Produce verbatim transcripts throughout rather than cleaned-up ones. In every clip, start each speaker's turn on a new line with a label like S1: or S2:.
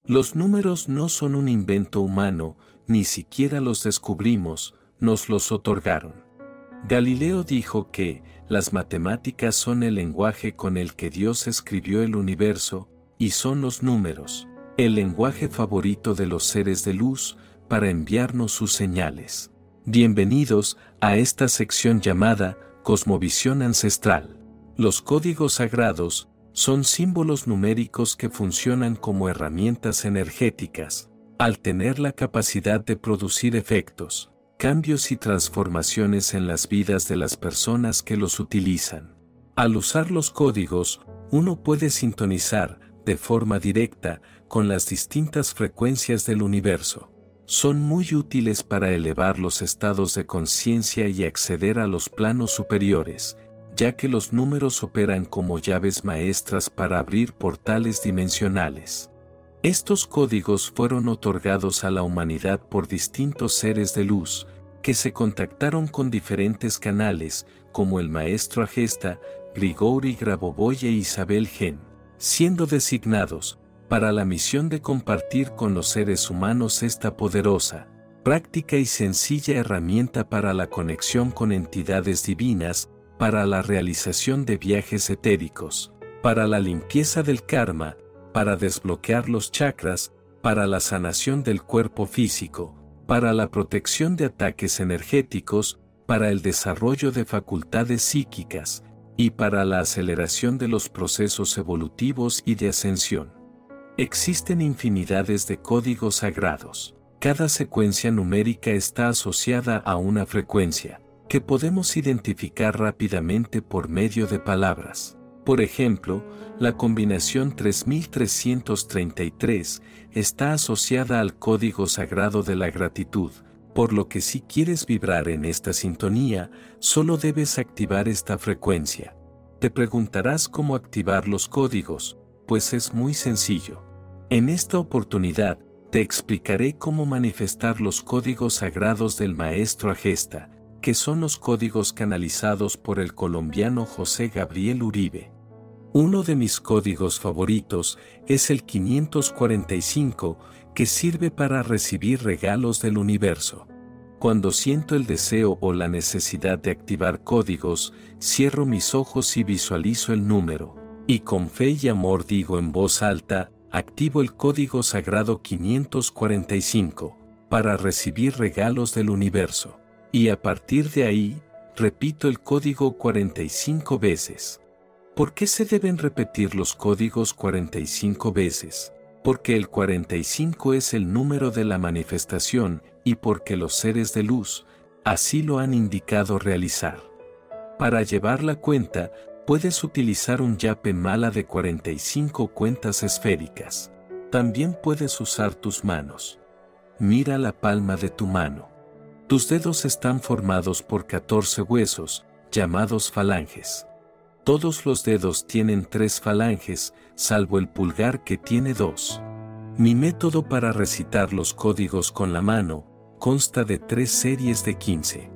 S1: Los números no son un invento humano, ni siquiera los descubrimos, nos los otorgaron. Galileo dijo que las matemáticas son el lenguaje con el que Dios escribió el universo, y son los números, el lenguaje favorito de los seres de luz, para enviarnos sus señales. Bienvenidos a esta sección llamada Cosmovisión Ancestral. Los códigos sagrados son símbolos numéricos que funcionan como herramientas energéticas, al tener la capacidad de producir efectos, cambios y transformaciones en las vidas de las personas que los utilizan. Al usar los códigos, uno puede sintonizar, de forma directa, con las distintas frecuencias del universo. Son muy útiles para elevar los estados de conciencia y acceder a los planos superiores, ya que los números operan como llaves maestras para abrir portales dimensionales. Estos códigos fueron otorgados a la humanidad por distintos seres de luz, que se contactaron con diferentes canales, como el maestro Agesta, Grigori Grabovoi e Isabel Gen, siendo designados para la misión de compartir con los seres humanos esta poderosa, práctica y sencilla herramienta para la conexión con entidades divinas, para la realización de viajes etéricos, para la limpieza del karma, para desbloquear los chakras, para la sanación del cuerpo físico, para la protección de ataques energéticos, para el desarrollo de facultades psíquicas, y para la aceleración de los procesos evolutivos y de ascensión. Existen infinidades de códigos sagrados. Cada secuencia numérica está asociada a una frecuencia, que podemos identificar rápidamente por medio de palabras. Por ejemplo, la combinación tres mil trescientos treinta y tres está asociada al código sagrado de la gratitud, por lo que si quieres vibrar en esta sintonía, solo debes activar esta frecuencia. Te preguntarás cómo activar los códigos, pues es muy sencillo. En esta oportunidad, te explicaré cómo manifestar los códigos sagrados del maestro Agesta, que son los códigos canalizados por el colombiano José Gabriel Uribe. Uno de mis códigos favoritos es el quinientos cuarenta y cinco, que sirve para recibir regalos del universo. Cuando siento el deseo o la necesidad de activar códigos, cierro mis ojos y visualizo el número, y con fe y amor digo en voz alta, activo el código sagrado quinientos cuarenta y cinco, para recibir regalos del universo. Y a partir de ahí, repito el código cuarenta y cinco veces. ¿Por qué se deben repetir los códigos cuarenta y cinco veces? Porque el cuarenta y cinco es el número de la manifestación y porque los seres de luz así lo han indicado realizar. Para llevar la cuenta, puedes utilizar un yape mala de cuarenta y cinco cuentas esféricas. También puedes usar tus manos. Mira la palma de tu mano. Tus dedos están formados por catorce huesos, llamados falanges. Todos los dedos tienen tres falanges, salvo el pulgar que tiene dos. Mi método para recitar los códigos con la mano consta de tres series de quince.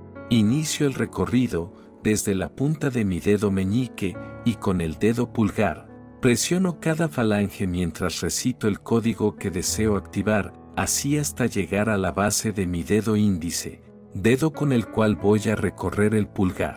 S1: Inicio el recorrido desde la punta de mi dedo meñique y con el dedo pulgar. Presiono cada falange mientras recito el código que deseo activar, así hasta llegar a la base de mi dedo índice, dedo con el cual voy a recorrer el pulgar.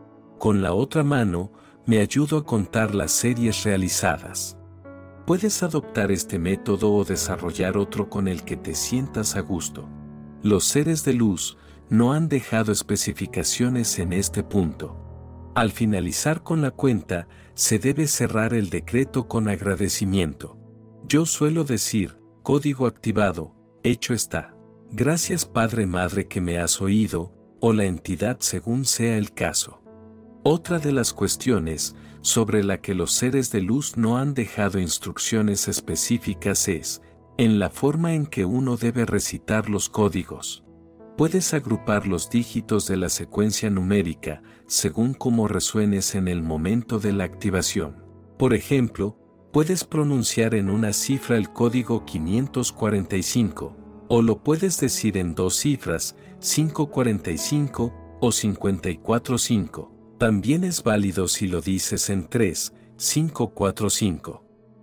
S1: Con la otra mano, me ayudo a contar las series realizadas. Puedes adoptar este método o desarrollar otro con el que te sientas a gusto. Los seres de luz no han dejado especificaciones en este punto. Al finalizar con la cuenta, se debe cerrar el decreto con agradecimiento. Yo suelo decir, código activado, hecho está. Gracias Padre Madre que me has oído, o la entidad según sea el caso. Otra de las cuestiones sobre la que los seres de luz no han dejado instrucciones específicas es, en la forma en que uno debe recitar los códigos. Puedes agrupar los dígitos de la secuencia numérica según cómo resuenes en el momento de la activación. Por ejemplo, puedes pronunciar en una cifra el código quinientos cuarenta y cinco, o lo puedes decir en dos cifras, quinientos cuarenta y cinco o cincuenta y cuatro cinco. También es válido si lo dices en tres, cinco, cuatro, cinco.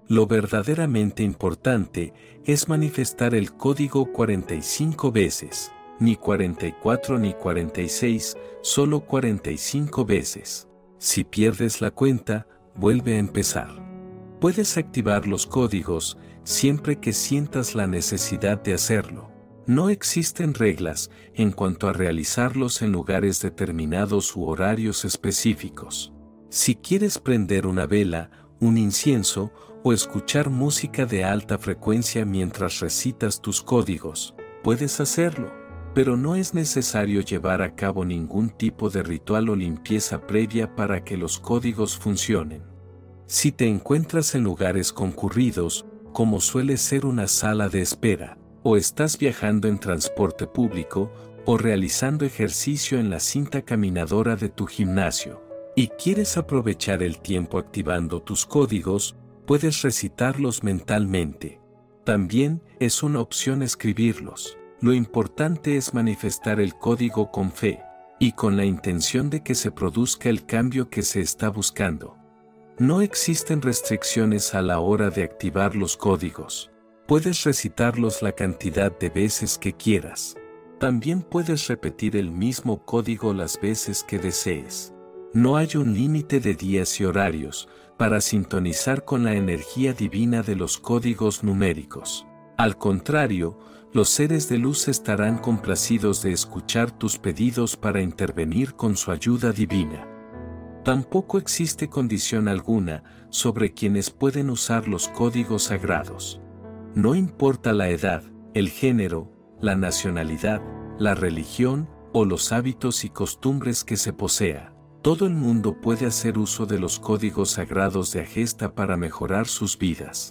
S1: Lo verdaderamente importante es manifestar el código cuarenta y cinco veces, ni cuarenta y cuatro ni cuarenta y seis, solo cuarenta y cinco veces. Si pierdes la cuenta, vuelve a empezar. Puedes activar los códigos siempre que sientas la necesidad de hacerlo. No existen reglas en cuanto a realizarlos en lugares determinados u horarios específicos. Si quieres prender una vela, un incienso o escuchar música de alta frecuencia mientras recitas tus códigos, puedes hacerlo, pero no es necesario llevar a cabo ningún tipo de ritual o limpieza previa para que los códigos funcionen. Si te encuentras en lugares concurridos, como suele ser una sala de espera, o estás viajando en transporte público, o realizando ejercicio en la cinta caminadora de tu gimnasio, y quieres aprovechar el tiempo activando tus códigos, puedes recitarlos mentalmente. También es una opción escribirlos. Lo importante es manifestar el código con fe, y con la intención de que se produzca el cambio que se está buscando. No existen restricciones a la hora de activar los códigos. Puedes recitarlos la cantidad de veces que quieras. También puedes repetir el mismo código las veces que desees. No hay un límite de días y horarios para sintonizar con la energía divina de los códigos numéricos. Al contrario, los seres de luz estarán complacidos de escuchar tus pedidos para intervenir con su ayuda divina. Tampoco existe condición alguna sobre quienes pueden usar los códigos sagrados. No importa la edad, el género, la nacionalidad, la religión o los hábitos y costumbres que se posea. Todo el mundo puede hacer uso de los códigos sagrados de Agesta para mejorar sus vidas.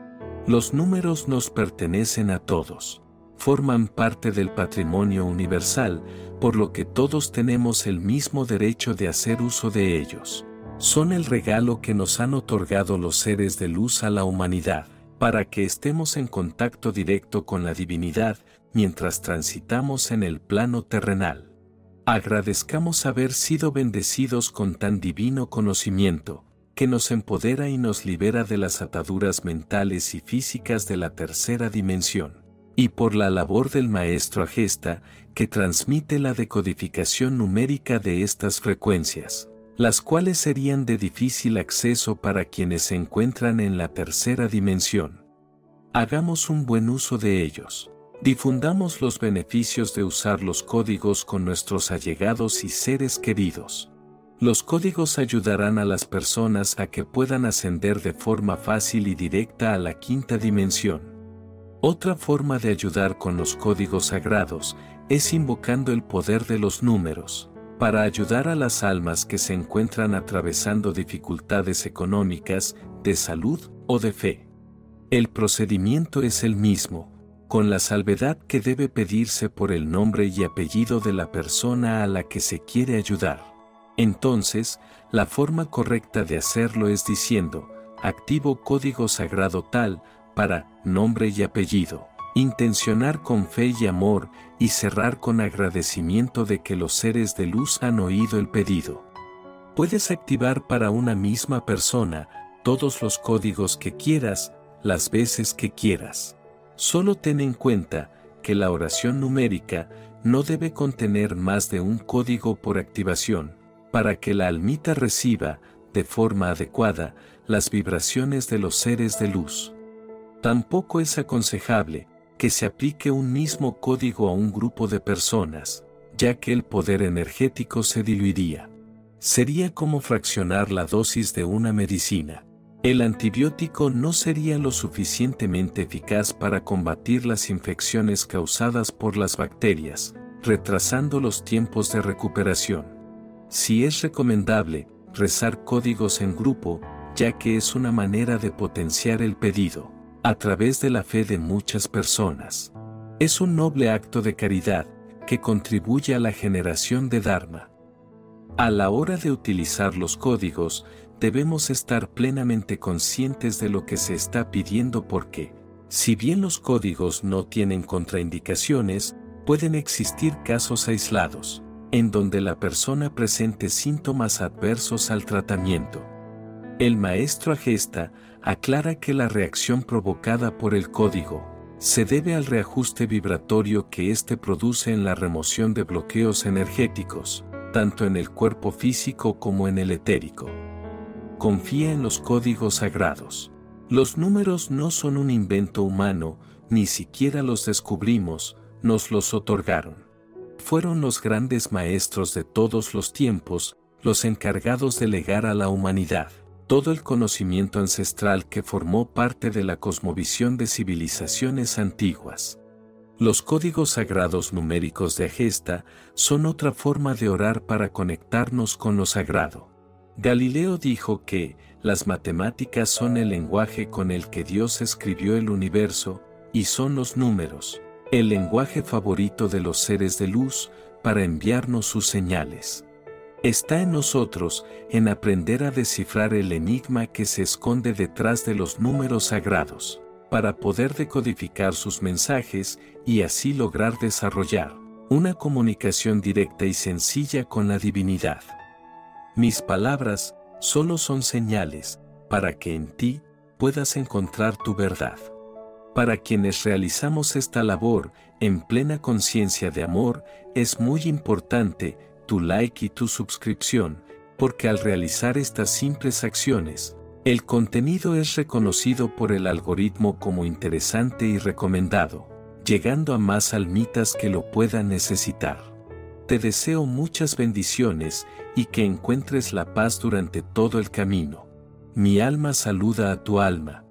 S1: Los números nos pertenecen a todos. Forman parte del patrimonio universal, por lo que todos tenemos el mismo derecho de hacer uso de ellos. Son el regalo que nos han otorgado los seres de luz a la humanidad, para que estemos en contacto directo con la divinidad mientras transitamos en el plano terrenal. Agradezcamos haber sido bendecidos con tan divino conocimiento, que nos empodera y nos libera de las ataduras mentales y físicas de la tercera dimensión. Y por la labor del Maestro Agesta, que transmite la decodificación numérica de estas frecuencias, las cuales serían de difícil acceso para quienes se encuentran en la tercera dimensión. Hagamos un buen uso de ellos. Difundamos los beneficios de usar los códigos con nuestros allegados y seres queridos. Los códigos ayudarán a las personas a que puedan ascender de forma fácil y directa a la quinta dimensión. Otra forma de ayudar con los códigos sagrados es invocando el poder de los números, para ayudar a las almas que se encuentran atravesando dificultades económicas, de salud o de fe. El procedimiento es el mismo, con la salvedad que debe pedirse por el nombre y apellido de la persona a la que se quiere ayudar. Entonces, la forma correcta de hacerlo es diciendo, activo código sagrado tal, para nombre y apellido, intencionar con fe y amor y cerrar con agradecimiento de que los seres de luz han oído el pedido. Puedes activar para una misma persona todos los códigos que quieras, las veces que quieras. Solo ten en cuenta que la oración numérica no debe contener más de un código por activación, para que la almita reciba, de forma adecuada, las vibraciones de los seres de luz. Tampoco es aconsejable que se aplique un mismo código a un grupo de personas, ya que el poder energético se diluiría. Sería como fraccionar la dosis de una medicina. El antibiótico no sería lo suficientemente eficaz para combatir las infecciones causadas por las bacterias, retrasando los tiempos de recuperación. Sí es recomendable rezar códigos en grupo, ya que es una manera de potenciar el pedido, a través de la fe de muchas personas. Es un noble acto de caridad, que contribuye a la generación de Dharma. A la hora de utilizar los códigos, debemos estar plenamente conscientes de lo que se está pidiendo porque, si bien los códigos no tienen contraindicaciones, pueden existir casos aislados, en donde la persona presente síntomas adversos al tratamiento. El Maestro Agesta aclara que la reacción provocada por el código se debe al reajuste vibratorio que éste produce en la remoción de bloqueos energéticos, tanto en el cuerpo físico como en el etérico. Confía en los códigos sagrados. Los números no son un invento humano, ni siquiera los descubrimos, nos los otorgaron. Fueron los grandes maestros de todos los tiempos, los encargados de legar a la humanidad todo el conocimiento ancestral que formó parte de la cosmovisión de civilizaciones antiguas. Los códigos sagrados numéricos de Agesta son otra forma de orar para conectarnos con lo sagrado. Galileo dijo que las matemáticas son el lenguaje con el que Dios escribió el universo, y son los números, el lenguaje favorito de los seres de luz, para enviarnos sus señales. Está en nosotros, en aprender a descifrar el enigma que se esconde detrás de los números sagrados, para poder decodificar sus mensajes y así lograr desarrollar una comunicación directa y sencilla con la divinidad. Mis palabras solo son señales para que en ti puedas encontrar tu verdad. Para quienes realizamos esta labor en plena conciencia de amor, es muy importante tu like y tu suscripción, porque al realizar estas simples acciones, el contenido es reconocido por el algoritmo como interesante y recomendado, llegando a más almitas que lo puedan necesitar. Te deseo muchas bendiciones y que encuentres la paz durante todo el camino. Mi alma saluda a tu alma.